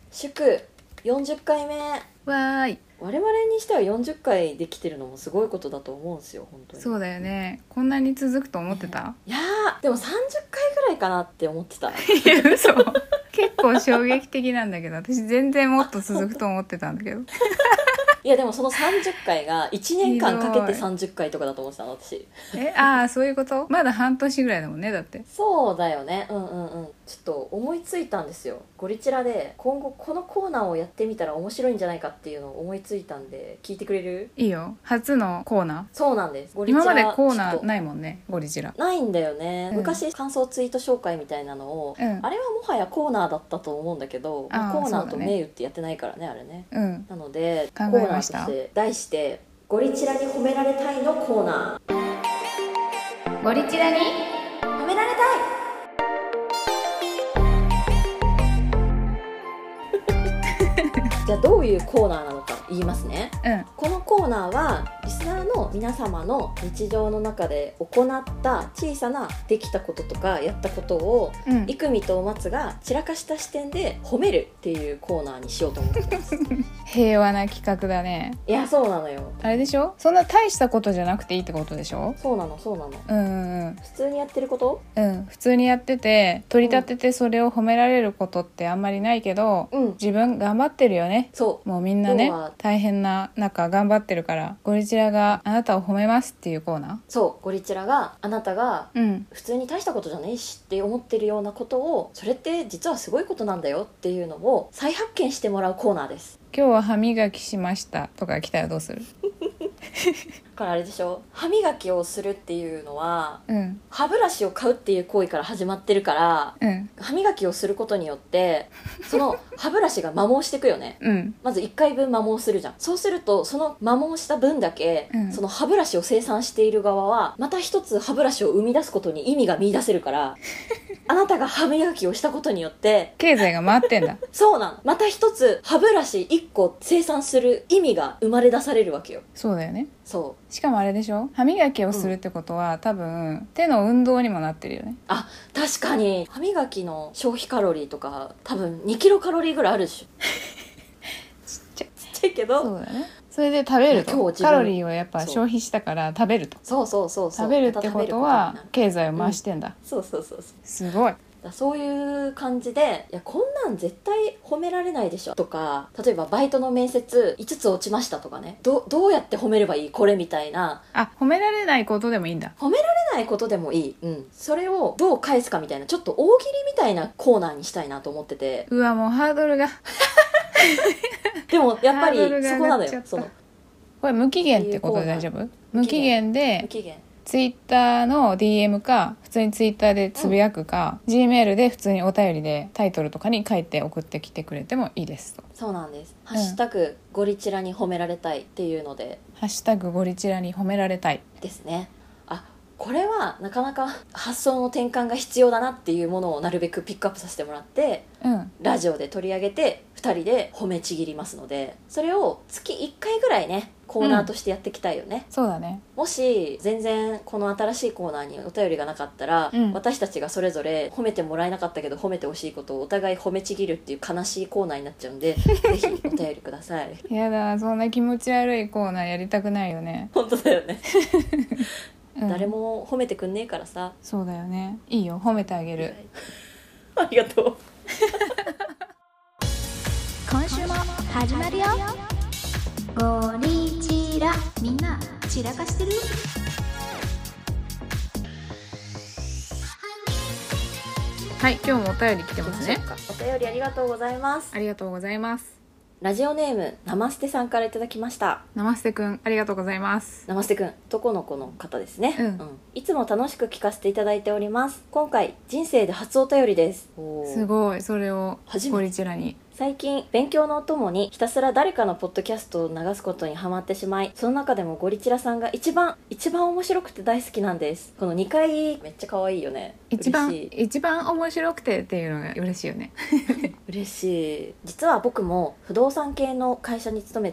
祝40回目。 わーい。 我々にしては40回できてるのもすごいことだと思うんですよ、本当に。 そうだよね。こんなに続くと思ってた？ いやー、でも30回ぐらいかなって思ってた。 いや嘘。結構衝撃的なんだけど、私全然もっと続くと思ってたんだけど。 いやでもその30回が1年間かけて30回とかだと思ってたの、私。 ああ、そういうこと？まだ半年ぐらいだもんね、だって。 そうだよね。うんうんうん。ちょっと思いついたんですよ。ゴリチラで今後このコーナーをやってみたら面白いんじゃないかっていうのを思いついたんで、聞いてくれる？ いいよ。初のコーナそうなんです。ゴー。 リチラ今までコーナーちょっとないもんね、ゴリチラ。 ないんだよね、 うん昔感想ツイート紹介みたいなのを、 うんあれはもはやコーナーだったと思うんだけど、 あーコーナーとそうだね銘打ってやってないからね、あれね。 うん。 なのでコ考ーナーとえましたして題してゴリチラに褒められたいのコーナー。 ゴリチラに褒められたい。じゃあどういうコーナーなのか言いますね。 うんこのコーナーはリスナーの皆様の日常の中で行った小さなできたこととかやったことをうんイクミとお松が散らかした視点で褒めるっていうコーナーにしようと思ってます平和な企画だね。 いやそうなのよ。 あれでしょ、そんな大したことじゃなくていいってことでしょ？ そうなのそうなの。 うん普通にやってること。 普通にやってて取り立ててそれを褒められることってあんまりないけど、 うん自分頑張ってるよね。 そうもうみんなね要は大変な中頑張ってるから、ゴリチラがあなたを褒めますっていうコーナそうゴリチラがあなたがー。うん普通に大したことじゃねえしって思ってるようなことを、それって実はすごいことなんだよっていうのを再発見してもらうコーナーです。 今日は歯磨きしましたとか来たらどうする？ だからあれでしょ、歯磨きをするっていうのはうん歯ブラシを買うっていう行為から始まってるから、 うん歯磨きをすることによってその歯ブラシが摩耗していくよね。 うんまず1回分摩耗するじゃん。そうするとその摩耗した分だけ、 うんその歯ブラシを生産している側はまた一つ歯ブラシを生み出すことに意味が見出せるからあなたが歯磨きをしたことによって経済が回ってんだ。 そうなの、また一つ歯ブラシ1個生産する意味が生まれ出されるわけよ。 そうだよね。 そう。 しかもあれでしょ、歯磨きをするってことは、多分手の運動にもなってるよね。 あ、確かに歯磨きの消費カロリーとか多分2キロカロリーぐらいあるでしょちっちゃいけどそうだね。それで食べると今日自分カロリーをやっぱ消費したから食べると。 そうそうそうそう、 食べるってことはまた食べる経済を回してんだ、 そうそうそうそう。 すごい。 そういう感じで、いやこんなん絶対褒められないでしょとか、例えばバイトの面接5つ落ちましたとかね、どうやって褒めればいいこれみたいな、 あ、褒められないことでもいいんだ。 褒められないことでもいい、うん、それをどう返すかみたいな、ちょっと大喜利みたいなコーナーにしたいなと思ってて。 うわ、もうハードルがでもやっぱりハードルがそこなの上がっちゃったよ、そのこれ無期限ってことで大丈夫？無期限で無期限。 ツイッターの DM か普通にツイッターでつぶやくか、G メールで普通にお便りでタイトルとかに書いて送ってきてくれてもいいですと。 そうなんです、ハッシュタグゴリチラに褒められたいっていうのでハッシュタグゴリチラに褒められたい。 ですね。あ、これはなかなか発想の転換が必要だなっていうものをなるべくピックアップさせてもらって、 うんラジオで取り上げて2人で褒めちぎりますので、それを月1回ぐらいねコーナーとしてやっていきたいよね、 そうだね。 もし全然この新しいコーナーにお便りがなかったら、 うん私たちがそれぞれ褒めてもらえなかったけど褒めてほしいことをお互い褒めちぎるっていう悲しいコーナーになっちゃうんでぜひお便りください。 やだ、そんな気持ち悪いコーナーやりたくないよね、 本当だよね、 うん誰も褒めてくんねえからさ。 そうだよね。いいよ、褒めてあげる。 ありがとう。 今週も始まるよ。ゴリチラ、みんな散らかしてる？ はい、今日もお便り来てますね。 お便りありがとうございます。 ありがとうございます。 ラジオネームナマステさんからいただきました。 ナマステくん、ありがとうございます。 ナマステくん、男の子の方ですね、 うんいつも楽しく聞かせていただいております。今回人生で初お便りです。 すごい、それを初めてゴリチラに。 最近勉強のお供にひたすら誰かのポッドキャストを流すことにハマってしまい、その中でもゴリチラさんが一番面白くて大好きなんです。この2回めっちゃ可愛いよね。 一番嬉面白くてっていうのが嬉しいよね。 嬉しい。実は僕も不動産系の会社に勤めており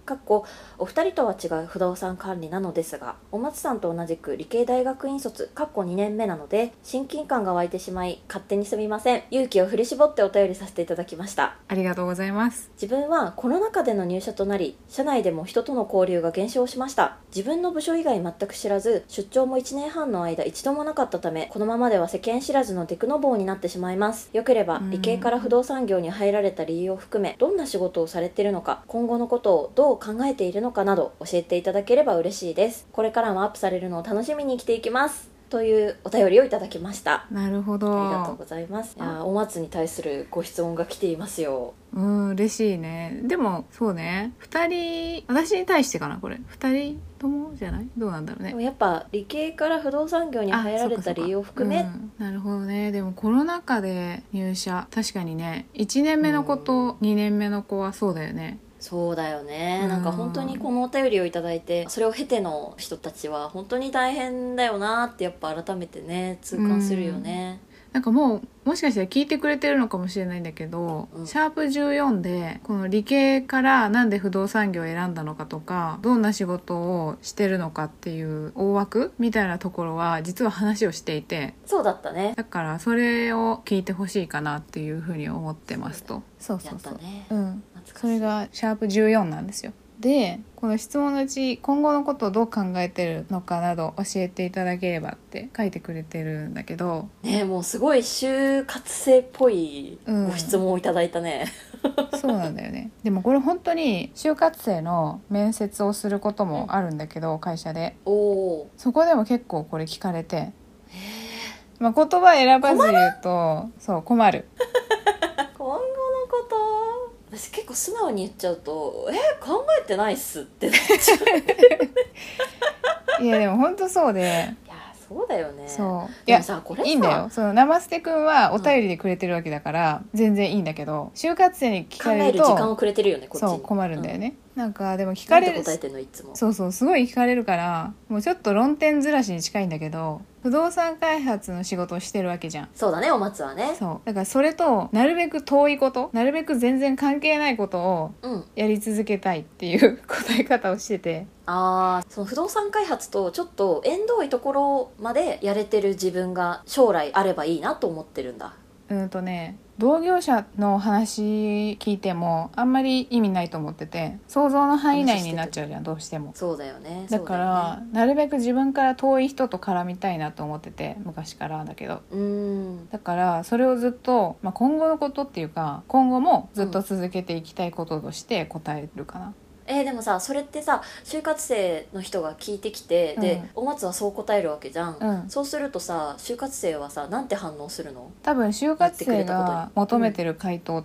お二人とは違う不動産管理なのですが、お松さんと同じく理系大学院卒2年目なので親近感が湧いてしまい、勝手にすみません、勇気を振り絞ってお便りさせていただきました。 ありがとうございます。 自分はコロナ禍での入社となり、社内でも人との交流が減少しました。自分の部署以外全く知らず、出張も1年半の間一度もなかったため、このままでは世間知らずのテクノ棒になってしまいます。よければ理系から不動産業に入られた理由を含め、どんな仕事をされているのか、今後のことをどう考えているのかなど教えていただければ嬉しいです。これからもアップされるのを楽しみに生きていきます、というお便りをいただきました。 なるほど、 ありがとうございます。いや、お松に対するご質問が来ていますよ。 嬉しいね。でもそうね、2人、私に対してかな、これ2人ともじゃない？どうなんだろうね。 でもやっぱ理系から不動産業に入られた理由を含め、 なるほどね。でもコロナ禍で入社、確かにね、1年目の子と2年目の子はそうだよね。 そうだよね、なんか本当にこのお便りをいただいて、それを経ての人たちは本当に大変だよなってやっぱ改めてね痛感するよね。 なんかもしかしたら聞いてくれてるのかもしれないんだけど、シャープ14でこの理系からなんで不動産業を選んだのかとか、どんな仕事をしてるのかっていう大枠みたいなところは実は話をしていて、 そうだったね。 だからそれを聞いてほしいかなっていうふうに思ってますと。そうやったね、 それがシャープ14なんですよ。で、この質問のうち今後のことをどう考えてるのかなど教えていただければって書いてくれてるんだけどね、もうすごい就活生っぽいご質問をいただいたね、 そうなんだよね。でもこれ本当に就活生の面接をすることもあるんだけど、会社でそこでも結構これ聞かれて、言葉選ばず言うとそう困る今後のこと、私結構素直に言っちゃうと考えてないっすってなっちゃういやでも本当そうで、 いやそうだよね。 そうでもさ、これさいいんだよ。その生捨てくんはお便りでくれてるわけだから、全然いいんだけど、就活生に聞かれると考える時間をくれてるよね、こっちに。 そう困るんだよね、なんかでも聞かれる、 なんて答えてんのいつも。 そうすごい聞かれるから、もうちょっと論点ずらしに近いんだけど、不動産開発の仕事をしてるわけじゃん。 そうだね、お松はね。 そうだからそれとなるべく遠いこと、なるべく全然関係ないことをやり続けたいっていう答え方をしてて、 その不動産開発とちょっと縁遠いところまでやれてる自分が将来あればいいなと思ってるんだ。 同業者の話聞いてもあんまり意味ないと思ってて、想像の範囲内になっちゃうじゃん、どうしても。 そうだよね。 だからなるべく自分から遠い人と絡みたいなと思ってて、昔からだけど。だからそれをずっと、今後のことっていうか、今後もずっと続けていきたいこととして答えるかな。 でもさ、それってさ、就活生の人が聞いてきて、でお松はそう答えるわけじゃん、そうするとさ、就活生はさ、なんて反応するの？ 多分就活生が求めてる回答って、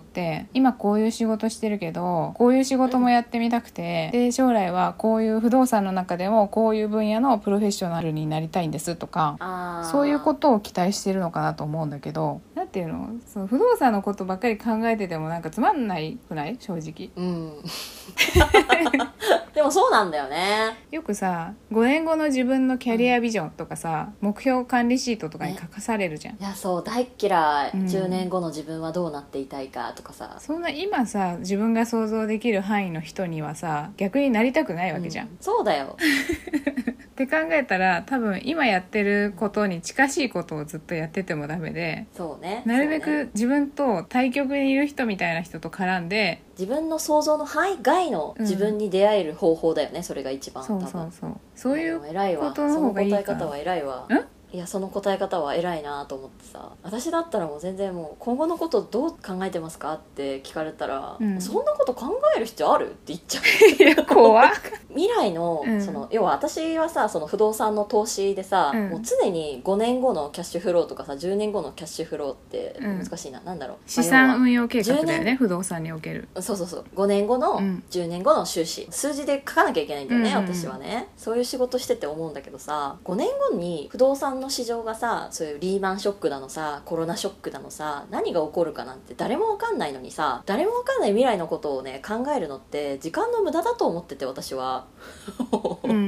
今こういう仕事してるけどこういう仕事もやってみたくて、で将来はこういう不動産の中でもこういう分野のプロフェッショナルになりたいんですとか、そういうことを期待してるのかなと思うんだけど、なんていうの、その不動産のことばっかり考えててもなんかつまんないくない？正直。 でもそうなんだよね。 よくさ、5年後の自分のキャリアビジョンとかさ、目標管理シートとかに書かされるじゃん、 いやそう大っ嫌い、10年後の自分はどうなっていたいかとかさ、 そんな今さ自分が想像できる範囲の人にはさ、逆になりたくないわけじゃん、 そうだよって考えたら、多分今やってることに近しいことをずっとやっててもダメで、 そうね、 なるべく自分と対極にいる人みたいな人と絡んで、 自分の想像の範囲外の自分に出会える方法だよね、それが一番。 そういうことの方がいいかな。 その答え方は偉いわ。いやその答え方は偉いなと思ってさ、私だったらもう全然もう今後のことどう考えてますかって聞かれたら、そんなこと考える必要あるって言っちゃう。 いや怖っ未来の、その要は私はさ、その不動産の投資でさ、もう常に5年後のキャッシュフローとかさ、10年後のキャッシュフローって難しいな、なんだろう、 資産運用計画だよね、不動産における。 そう5年後の、10年後の収支、数字で書かなきゃいけないんだよね、私はね。そういう仕事してて思うんだけどさ、5年後に不動産の市場がさ、そういうリーマンショックだのさ、コロナショックだのさ、何が起こるかなんて誰もわかんないのにさ、誰もわかんない未来のことをね考えるのって時間の無駄だと思ってて、私は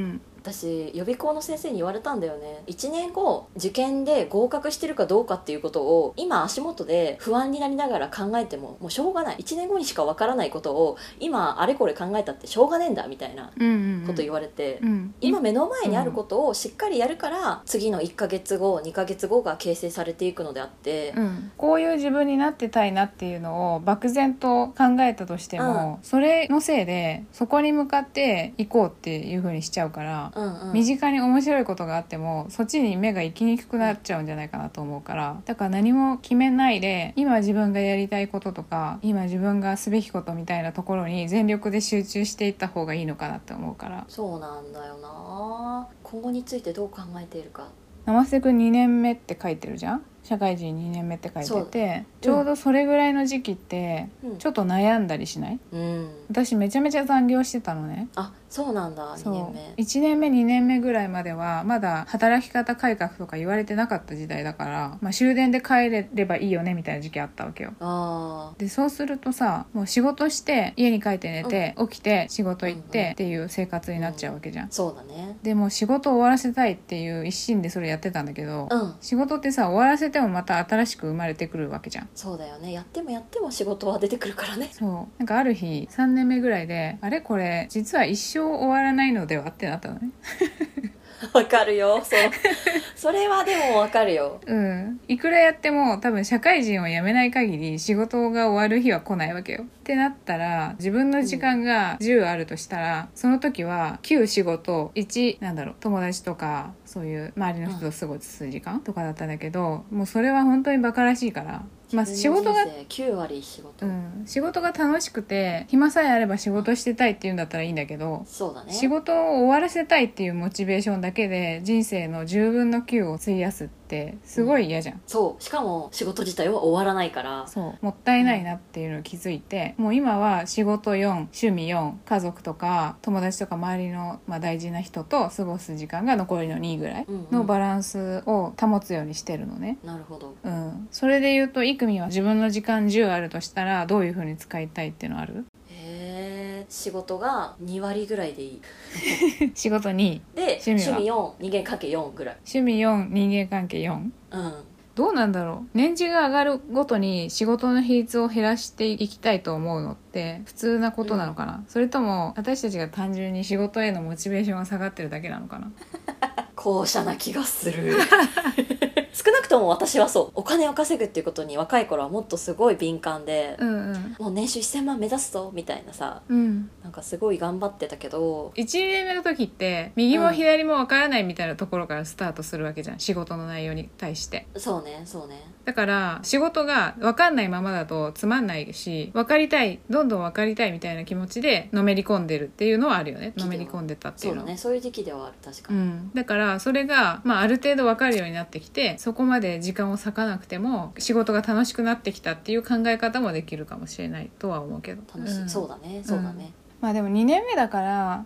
私予備校の先生に言われたんだよね。1年後受験で合格してるかどうかっていうことを今足元で不安になりながら考えてももうしょうがない、1年後にしかわからないことを今あれこれ考えたってしょうがねえんだみたいなこと言われて、今目の前にあることをしっかりやるから次の1ヶ月後2ヶ月後が形成されていくのであって、 こういう自分になってたいなっていうのを漠然と考えたとしても、それのせいでそこに向かって行こうっていう風にしちゃうから、身近に面白いことがあってもそっちに目が行きにくくなっちゃうんじゃないかなと思うから、だから何も決めないで今自分がやりたいこととか今自分がすべきことみたいなところに全力で集中していった方がいいのかなって思うから。 そうなんだよな。今後についてどう考えているか。 生瀬くん2年目って書いてるじゃん、社会人2年目って書いてて、ちょうどそれぐらいの時期ってちょっと悩んだりしない？私めちゃめちゃ残業してたのね。 あ、そうなんだ。2年目 1年目2年目ぐらいまではまだ働き方改革とか言われてなかった時代だから、終電で帰れればいいよねみたいな時期あったわけよ。でそうするとさ、もう仕事して家に帰って寝て、起きて仕事行ってっていう生活になっちゃうわけじゃん。 そうだね。 でも仕事を終わらせたいっていう一心でそれやってたんだけど、仕事ってさ終わらせてもまた新しく生まれてくるわけじゃん。 そうだよね。やってもやっても仕事は出てくるからね。 そうなんかある日3年目ぐらいで、あれこれ実は一生終わらないのではってなったのね。 わかるよ。それはでもわかるよ。 いくらやっても多分社会人を辞めない限り仕事が終わる日は来ないわけよ。ってなったら自分の時間が10あるとしたら、その時は9仕事1友達とかそういう周りの人と過ごす時間とかだったんだけど、もうそれは本当にバカらしいから、仕事が 9割仕事、 仕事が楽しくて暇さえあれば仕事してたいっていうんだったらいいんだけど、 そうだね、 仕事を終わらせたいっていうモチベーションだけで人生の10分の9を費やすってすごい嫌じゃん。 そう、しかも仕事自体は終わらないから、 そうもったいないなっていうのを気づいて、もう今は仕事4、趣味4、家族とか友達とか周りの、大事な人と過ごす時間が残りの2ぐらいのバランスを保つようにしてるのね。 なるほど。 それで言うとイクミは自分の時間10あるとしたらどういう風に使いたいっていうのある？ 仕事が2割ぐらいでいい。 仕事2 で趣味4、人間関係4ぐらい。 趣味4、人間関係4。どうなんだろう。年次が上がるごとに仕事の比率を減らしていきたいと思うのって普通なことなのかな、それとも私たちが単純に仕事へのモチベーションが下がってるだけなのかな。 後者な気がする。少なくとも私はそう、お金を稼ぐっていうことに若い頃はもっとすごい敏感で、もう年収1000万目指すぞみたいなさ、なんかすごい頑張ってたけど、 1年目の時って右も左も分からないみたいなところからスタートするわけじゃん、仕事の内容に対して。 そうね。 だから仕事が分かんないままだとつまんないし、分かりたい、どんどん分かりたいみたいな気持ちでのめり込んでるっていうのはあるよね。のめり込んでたっていうのは。 そうだね、そういう時期ではある。確かに、 だからそれが、ある程度分かるようになってきて、そこまで時間を割かなくても仕事が楽しくなってきたっていう考え方もできるかもしれないとは思うけど。 楽しい、そうだね。 でも2年目だから、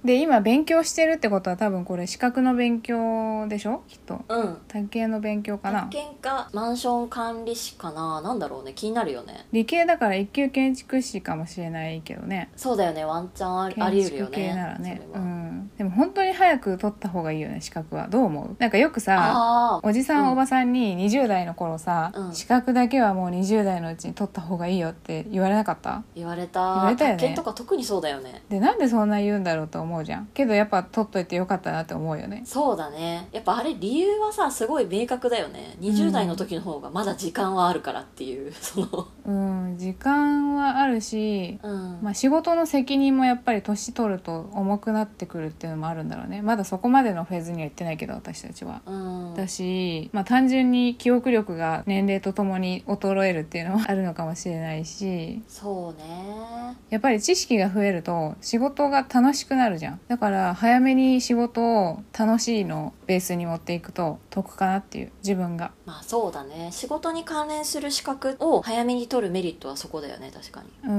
で今勉強してるってことは多分これ資格の勉強でしょ、きっと。宅建の勉強かな。 宅建かマンション管理士かな、なんだろうね、気になるよね。 理系だから一級建築士かもしれないけどね。 そうだよね、ワンチャンあり得るよね。 建築系ならね。でも本当に早く取った方がいいよね、資格は。どう思う？なんかよくさ、おじさん、おばさんに20代の頃さ、資格だけはもう20代のうちに取った方がいいよって言われなかった？ 言われたよね。宅建とか特にそうだよね。 でなんでそんな言うんだろうと思うじゃん。けどやっぱ取っといてよかったなって思うよね。 そうだね。やっぱあれ理由はさ、すごい明確だよね。20代の時の方がまだ時間はあるからっていう、 時間はあるし、仕事の責任もやっぱり年取ると重くなってくるっていうのもあるんだろうね。まだそこまでのフェーズには行ってないけど私たちは。だし、単純に記憶力が年齢とともに衰えるっていうのもあるのかもしれないし。 そうね。 やっぱり知識が増えると仕事が楽しくなるじゃん。だから早めに仕事を楽しいのベースに持っていくと得かなっていう、自分が。 そうだね。仕事に関連する資格を早めに取るメリットはそこだよね。確かに。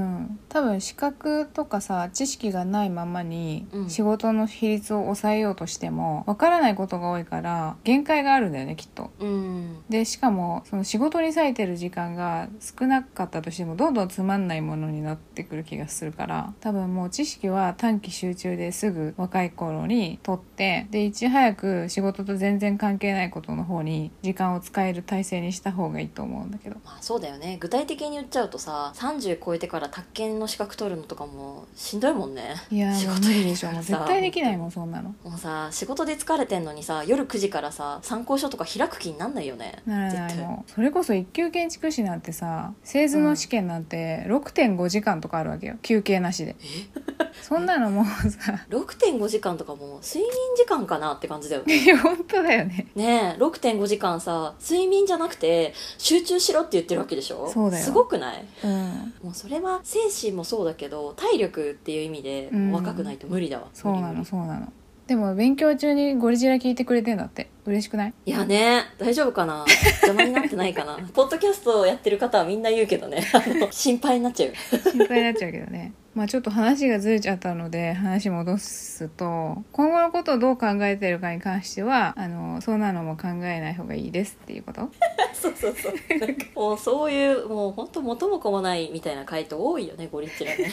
多分資格とかさ知識がないままにうん仕事の比率を抑えようとしてもわからないことが多いから限界があるんだよねきっと。 うんでしかもその仕事に割いてる時間が少なかったとしてもどんどんつまんないものになってくる気がするから、多分もう知識は短期集中ですぐ若い頃に取って、でいち早く仕事と全然関係ないことの方に時間を使える体制にした方がいいと思うんだけど。 まあそうだよね。具体的に言っちゃうとさ、30超えてから宅建の資格取るのとかもしんどいもんね。 いやもう仕事無理でしょ、もう絶対できないもんそんなの。 もうさ、仕事で疲れてんのにさ、夜9時からさ参考書とか開く気になんないよね。 ならない。 絶対もうそれこそ一級建築士なんてさ、製図の試験なんて 6.5 時間とかあるわけよ、休憩なしで。そんなのもうさ 6.5 時間とかもう睡眠時間かなって感じだよね。 いや本当だよね。 ねえ、6.5 時間さ睡眠じゃなくて集中しろって言ってるわけでしょ。 そうだよすごくない？ うんもうそれは精神もそうだけど体力っていう意味でうん若くないと無理だわ。 そうな無理無理のそうなの。でも勉強中にゴリジラ聞いてくれてんだって、嬉しくない？ いやね、大丈夫かな、邪魔になってないかなポッドキャストをやってる方はみんな言うけどね心配になっちゃう。 心配になっちゃうけどね。まあちょっと話がずれちゃったので話戻すと、今後のことをどう考えてるかに関してはそんなのも考えない方がいいですっていうことそうそうそうなんかもうそういうもう本当元も子もないみたいな回答多いよね、ゴリチラね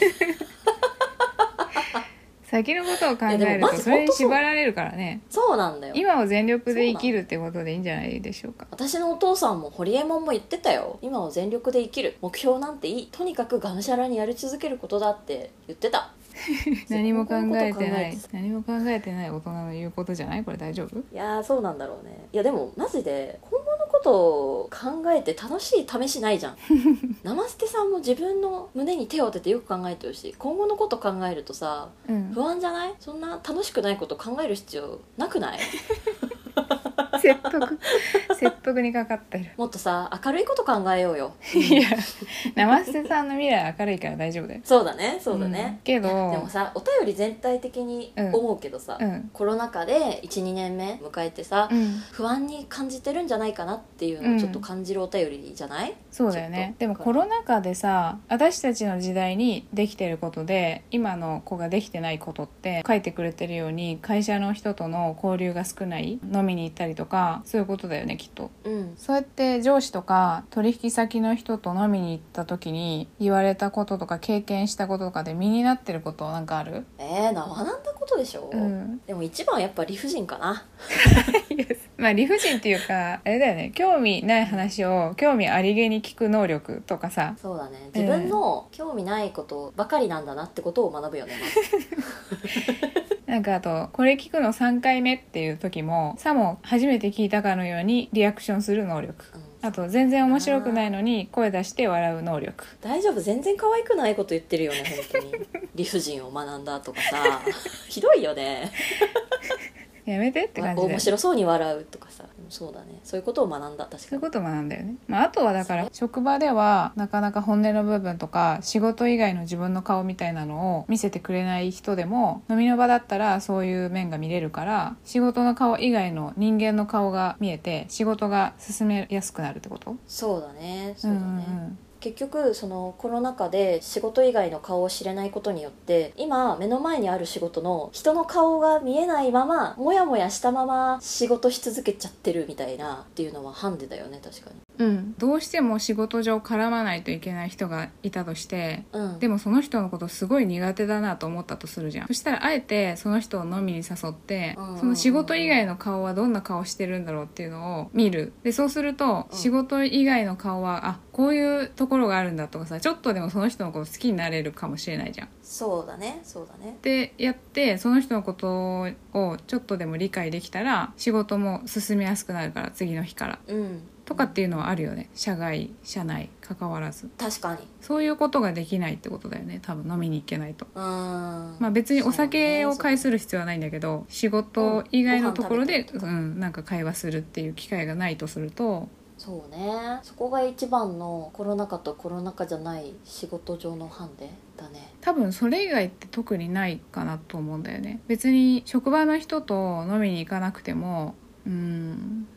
先のことを考えるいやでもマジとそれに縛られるからね。 そうなんだよ。 今を全力で生きるってことでいいんじゃないでしょうか。 私のお父さんもホリエモンも言ってたよ。今を全力で生きる、目標なんていい、とにかくがむしゃらにやり続けることだって言ってた何も考えてそうないいうこと考えて何も考えてない大人の言うことじゃない？これ大丈夫？ いやーそうなんだろうね。いやでもマジで今後のことを考えて楽しい試しないじゃんナマステさんも自分の胸に手を当ててよく考えてほしい。今後のこと考えるとさうん不安じゃない？そんな楽しくないこと考える必要なくない？ 説得にかかってるもっとさ明るいこと考えようよいや生瀬さんの未来明るいから大丈夫だよ。 そうだねそうだね、 けどでもさお便り全体的に思うけどさ、 うんコロナ禍で 1,2 年目迎えてさ、 うん不安に感じてるんじゃないかなっていうのをちょっと感じるお便りじゃない？ そうだよね。 ちょっとでもコロナ禍でさ、私たちの時代にできてることで今の子ができてないことって書いてくれてるように、会社の人との交流が少ない、飲みに行ったりとかそういうことだよねきっと。 うんそうやって上司とか取引先の人と飲みに行った時に言われたこととか経験したこととかで身になってることなんかある？ 学んだことでしょ、 うんでも一番はやっぱ理不尽かな。 まあ理不尽っていうかあれだよね、興味ない話を興味ありげに聞く能力とかさ。 そうだね、自分の興味ないことばかりなんだなってことを学ぶよねまずなんかあとこれ聞くの3回目っていう時もさも初めて聞いたかのようにリアクションする能力、あと全然面白くないのに声出して笑う能力。 大丈夫、全然可愛くないこと言ってるよね本当に理不尽を学んだとかさひどいよねやめてって感じで面白そうに笑うとかさ。そうだね、そういうことを学んだ。確かにそういうこともなんだよね。まあ、あとはだから職場ではなかなか本音の部分とか仕事以外の自分の顔みたいなのを見せてくれない人でも飲みの場だったらそういう面が見れるから、仕事の顔以外の人間の顔が見えて仕事が進めやすくなるってこと？ そうだねそうだね、 ん結局そのコロナ禍で仕事以外の顔を知れないことによって今目の前にある仕事の人の顔が見えないままモヤモヤしたまま仕事し続けちゃってるみたいなっていうのはハンデだよね確かに。 どうしても仕事上絡まないといけない人がいたとして、 うんでもその人のことすごい苦手だなと思ったとするじゃん。そしたらあえてその人を飲みに誘って、その仕事以外の顔はどんな顔してるんだろうっていうのを見る。でそうすると、仕事以外の顔はあこういうところがあるんだとかさ、ちょっとでもその人のこと好きになれるかもしれないじゃん。 そうだねそうだね。 でやってその人のことをちょっとでも理解できたら仕事も進めやすくなるから、次の日からうんとかっていうのはあるよね。社外社内関わらず確かに。 そういうことができないってことだよね、多分飲みに行けないと。 ままあ別にお酒を介する必要はないんだけど、仕事以外のところで、 ご飯食べたりとかなんか会話するっていう機会がないとすると、 そうね、そこが一番のコロナ禍とコロナ禍じゃない仕事上のハンデだね。 多分それ以外って特にないかなと思うんだよね。別に職場の人と飲みに行かなくても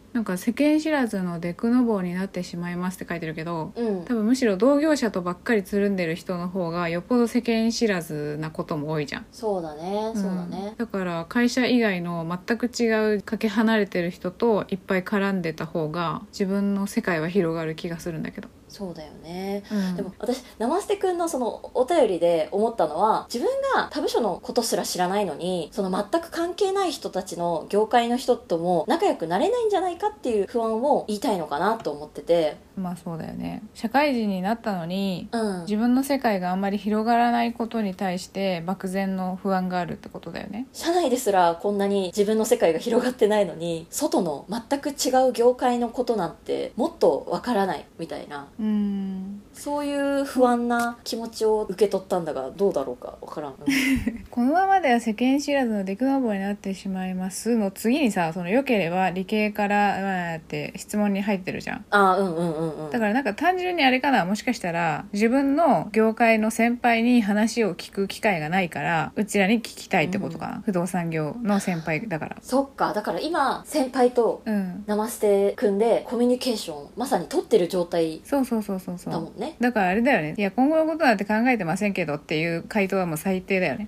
なんか世間知らずのデクノボーになってしまいますって書いてるけど、 うん多分むしろ同業者とばっかりつるんでる人の方がよっぽど世間知らずなことも多いじゃん。 そうだねそうだね、 だから会社以外の全く違うかけ離れてる人といっぱい絡んでた方が自分の世界は広がる気がするんだけど、 そうだよね、 うんでも私ナマステくんのそのお便りで思ったのは、自分が他部署のことすら知らないのにその全く関係ない人たちの業界の人とも仲良くなれないんじゃないかっていう不安を言いたいのかなと思ってて、 まあそうだよね。社会人になったのにうん自分の世界があんまり広がらないことに対して漠然の不安があるってことだよね。 社内ですらこんなに自分の世界が広がってないのに、外の全く違う業界のことなんてもっとわからないみたいな、そういう不安な気持ちを受け取ったんだが、どうだろうかわからん、 このままでは世間知らずのデクノボーになってしまいますの次にさ、その良ければ理系からって質問に入ってるじゃん。 ああうんうんうんうんだからなんか単純にあれかな、もしかしたら自分の業界の先輩に話を聞く機会がないからうちらに聞きたいってことかな、不動産業の先輩だから。 そっか、だから今先輩とナマステ組んでコミュニケーションまさに取ってる状態そうそうそうそうそうだもんね。 だからあれだよね、いや今後のことなんて考えてませんけどっていう回答はもう最低だよね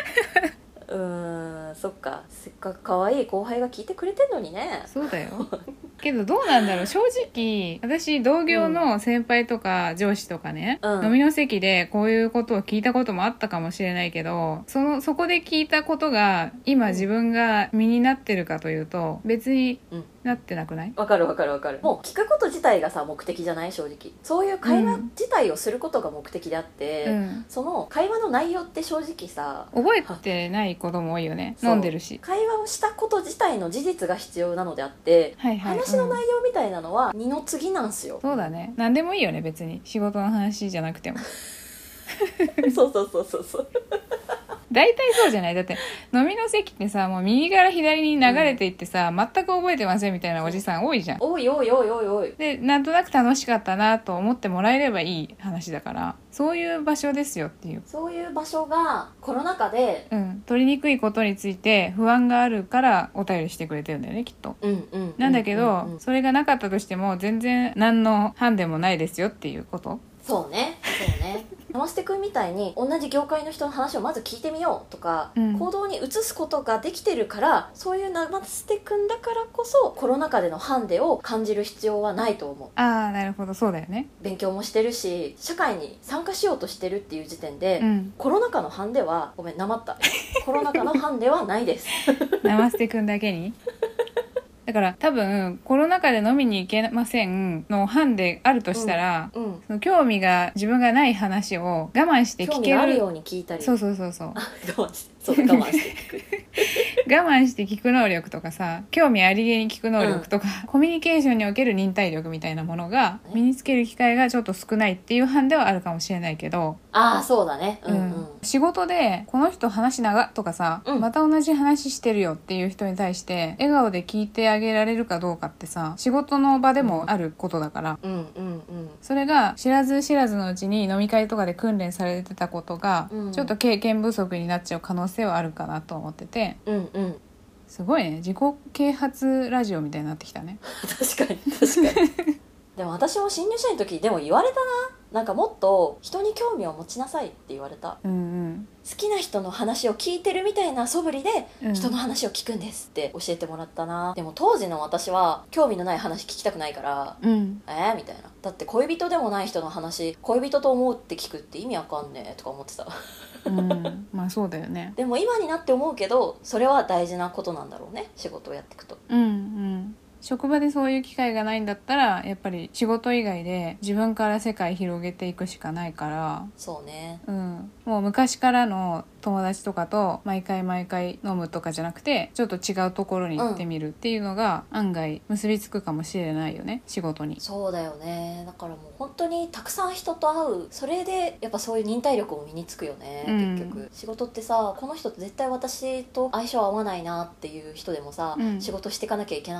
そっか、せっかく可愛い後輩が聞いてくれてんのにね。 そうだよけどどうなんだろう、正直私同業の先輩とか上司とかね、 うん飲みの席でこういうことを聞いたこともあったかもしれないけど、そこで聞いたことが今自分が身になってるかというと別になってなくない？ わかるわかるわかる。もう聞くこと自体がさ目的じゃない？正直そういう会話自体をすることが目的であって、その会話の内容って正直さ覚えてないことも多いよね。飲んでるし会話をしたこと自体の事実が必要なのであって、話の内容みたいなのは二の次なんすよ。 そうだね、何でもいいよね、別に仕事の話じゃなくてもそうそうそうそうそう大体そうじゃない？だって飲みの席ってさ、もう右から左に流れていってさ、全く覚えてませんみたいなおじさん多いじゃん。 おいおいおいおいおいでなんとなく楽しかったなと思ってもらえればいい話だから、そういう場所ですよっていう。 そういう場所がコロナ禍で取りにくいことについて不安があるからお便りしてくれてるんだよね、きっと。なんだけど、それがなかったとしても全然何のハンデもないですよっていうこと。 そうねそうねナマステ君みたいに同じ業界の人の話をまず聞いてみようとか、行動に移すことができてるから、そういうナマステ君だからこそコロナ禍でのハンデを感じる必要はないと思う。 ああなるほど、そうだよね。 勉強もしてるし社会に参加しようとしてるっていう時点で、コロナ禍のハンデはごめんなまったコロナ禍のハンデはないですナマステ君だけにだから多分コロナ禍で飲みに行けませんの班であるとしたら、その興味が自分がない話を我慢して聞ける、 興味があるように聞いたり、 そうそうそうそう我慢してそう我慢して聞く我慢して聞く能力とかさ、興味ありげに聞く能力とか、コミュニケーションにおける忍耐力みたいなものが身につける機会がちょっと少ないっていう班ではあるかもしれないけど、 ああそうだね、 仕事でこの人話長とかさ、また同じ話してるよっていう人に対して笑顔で聞いてあげられるかどうかってさ、仕事の場でもあることだから、それが知らず知らずのうちに飲み会とかで訓練されてたことが、ちょっと経験不足になっちゃう可能性はあるかなと思ってて、すごいね、自己啓発ラジオみたいになってきたね確かに確かにでも私も新入社員の時でも言われたな、なんかもっと人に興味を持ちなさいって言われた、好きな人の話を聞いてるみたいな素振りで人の話を聞くんですって教えてもらったな。でも当時の私は興味のない話聞きたくないから、みたいな、だって恋人でもない人の話恋人と思うって聞くって意味わかんねえとか思ってたまあそうだよね。 でも今になって思うけど、それは大事なことなんだろうね、仕事をやっていくと。 職場でそういう機会がないんだったらやっぱり仕事以外で自分から世界広げていくしかないから。 そうね、 もう昔からの友達とかと毎回毎回飲むとかじゃなくて、ちょっと違うところに行ってみるっていうのが案外結びつくかもしれないよね、仕事に。 そうだよね。だからもう本当にたくさん人と会う、それでやっぱそういう忍耐力も身につくよね、結局仕事ってさ、この人って絶対私と相性合わないなっていう人でもさ、仕事していかなきゃいけなかったりす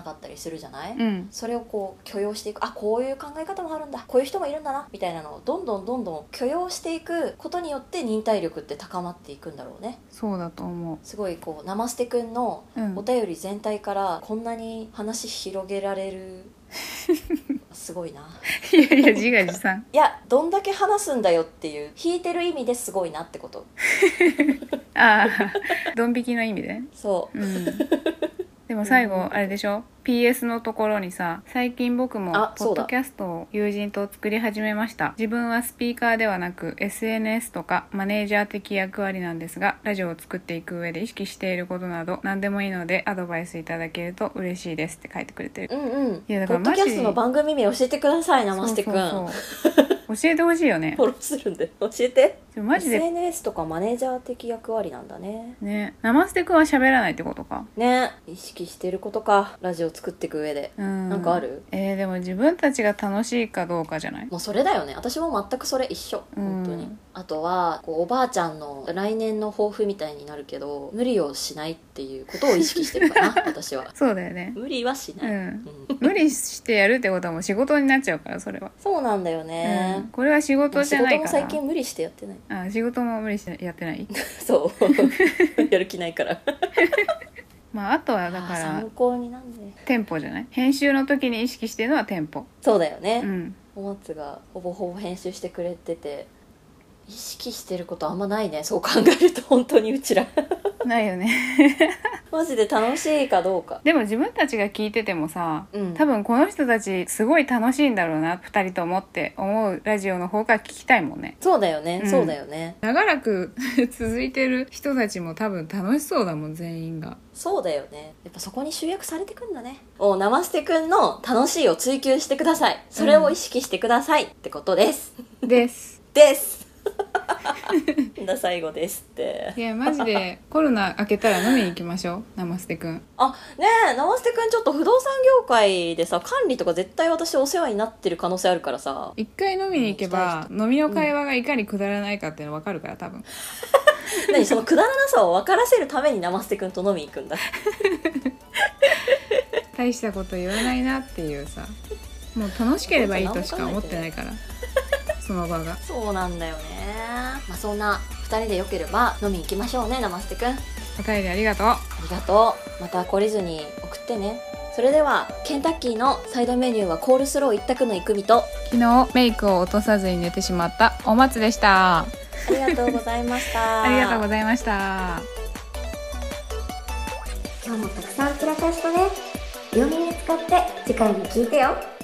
するじゃない、 うんそれをこう許容していく、あ、こういう考え方もあるんだ、こういう人もいるんだなみたいなのをどんどん許容していくことによって忍耐力って高まっていくんだろうね。 そうだと思う。 すごいこうナマステくんのうんお便り全体からこんなに話広げられるすごいな。 いやいや自画自賛。 いや、どんだけ話すんだよっていう引いてる意味ですごいなってこと。 ああドン引きの意味で。 そううんでも最後あれでしょ、 PS のところにさ、最近僕もポあそうだッドキャストを友人と作り始めました。自分はスピーカーではなく SNS とかマネージャー的役割なんですが、ラジオを作っていく上で意識していることなど何でもいいのでアドバイスいただけると嬉しいですって書いてくれてる。 うんうん。 いやだポッドからマジキャストの番組名教えてください、ナマステくん。 そう教えてほしいよね。 フォローするんで教えて。 マジで SNS とかマネージャー的役割なんだね。 ね。ナマステくんは喋らないってことか。 ね、意識してることか、ラジオ作っていく上で。なんかある？ でも自分たちが楽しいかどうかじゃない？ もうそれだよね。私も全くそれ一緒、本当に。あとはこうおばあちゃんの来年の抱負みたいになるけど、無理をしないっていうことを意識してるかな私は。 そうだよね。 無理はしない、 無理してやるってことはもう仕事になっちゃうから、それは。 そうなんだよね、 これは仕事じゃないから。 仕事も最近無理してやってない。 仕事も無理してやってないそうやる気ないからまああとはだから参考になんで。 テンポじゃない？編集の時に意識してるのはテンポ。 そうだよね、 うんお松がほぼほぼ編集してくれてて、意識してることあんまないね、そう考えると。本当にうちらないよねマジで楽しいかどうか。 でも自分たちが聞いててもさ、 うん多分この人たちすごい楽しいんだろうな2人ともって思うラジオの方が聞きたいもんね。 そうだよね、 うんそうだよね。 長らく続いてる人たちも多分楽しそうだもん、全員が。 そうだよね。やっぱそこに集約されてくんだね。ナマステくんの楽しいを追求してください。それを意識してくださいってことです。 ですですなんだ最後ですって。 いやマジでコロナ明けたら飲みに行きましょう、ナマステくん。 あ、ねえ、ナマステくんちょっと不動産業界でさ、管理とか絶対私お世話になってる可能性あるからさ。 一回飲みに行けば飲みの会話がいかにくだらないかっていうの分かるから多分何そのくだらなさを分からせるためにナマステくんと飲みに行くんだ大したこと言わないなっていうさ、もう楽しければいいとしか思ってないからその場が。 そうなんだよね。まあそんな2人でよければ飲みに行きましょうね、ナマステくん。あお便りありがとう。 りがとう。また懲りずに送ってね。それではケンタッキーのサイドメニューはコールスロー一択のイクミと、 昨日メイクを落とさずに寝てしまったお松でした。 ありがとうございましたありがとうございました。 今日もたくさん散らかしたね。両耳使って次回も聞いてよ。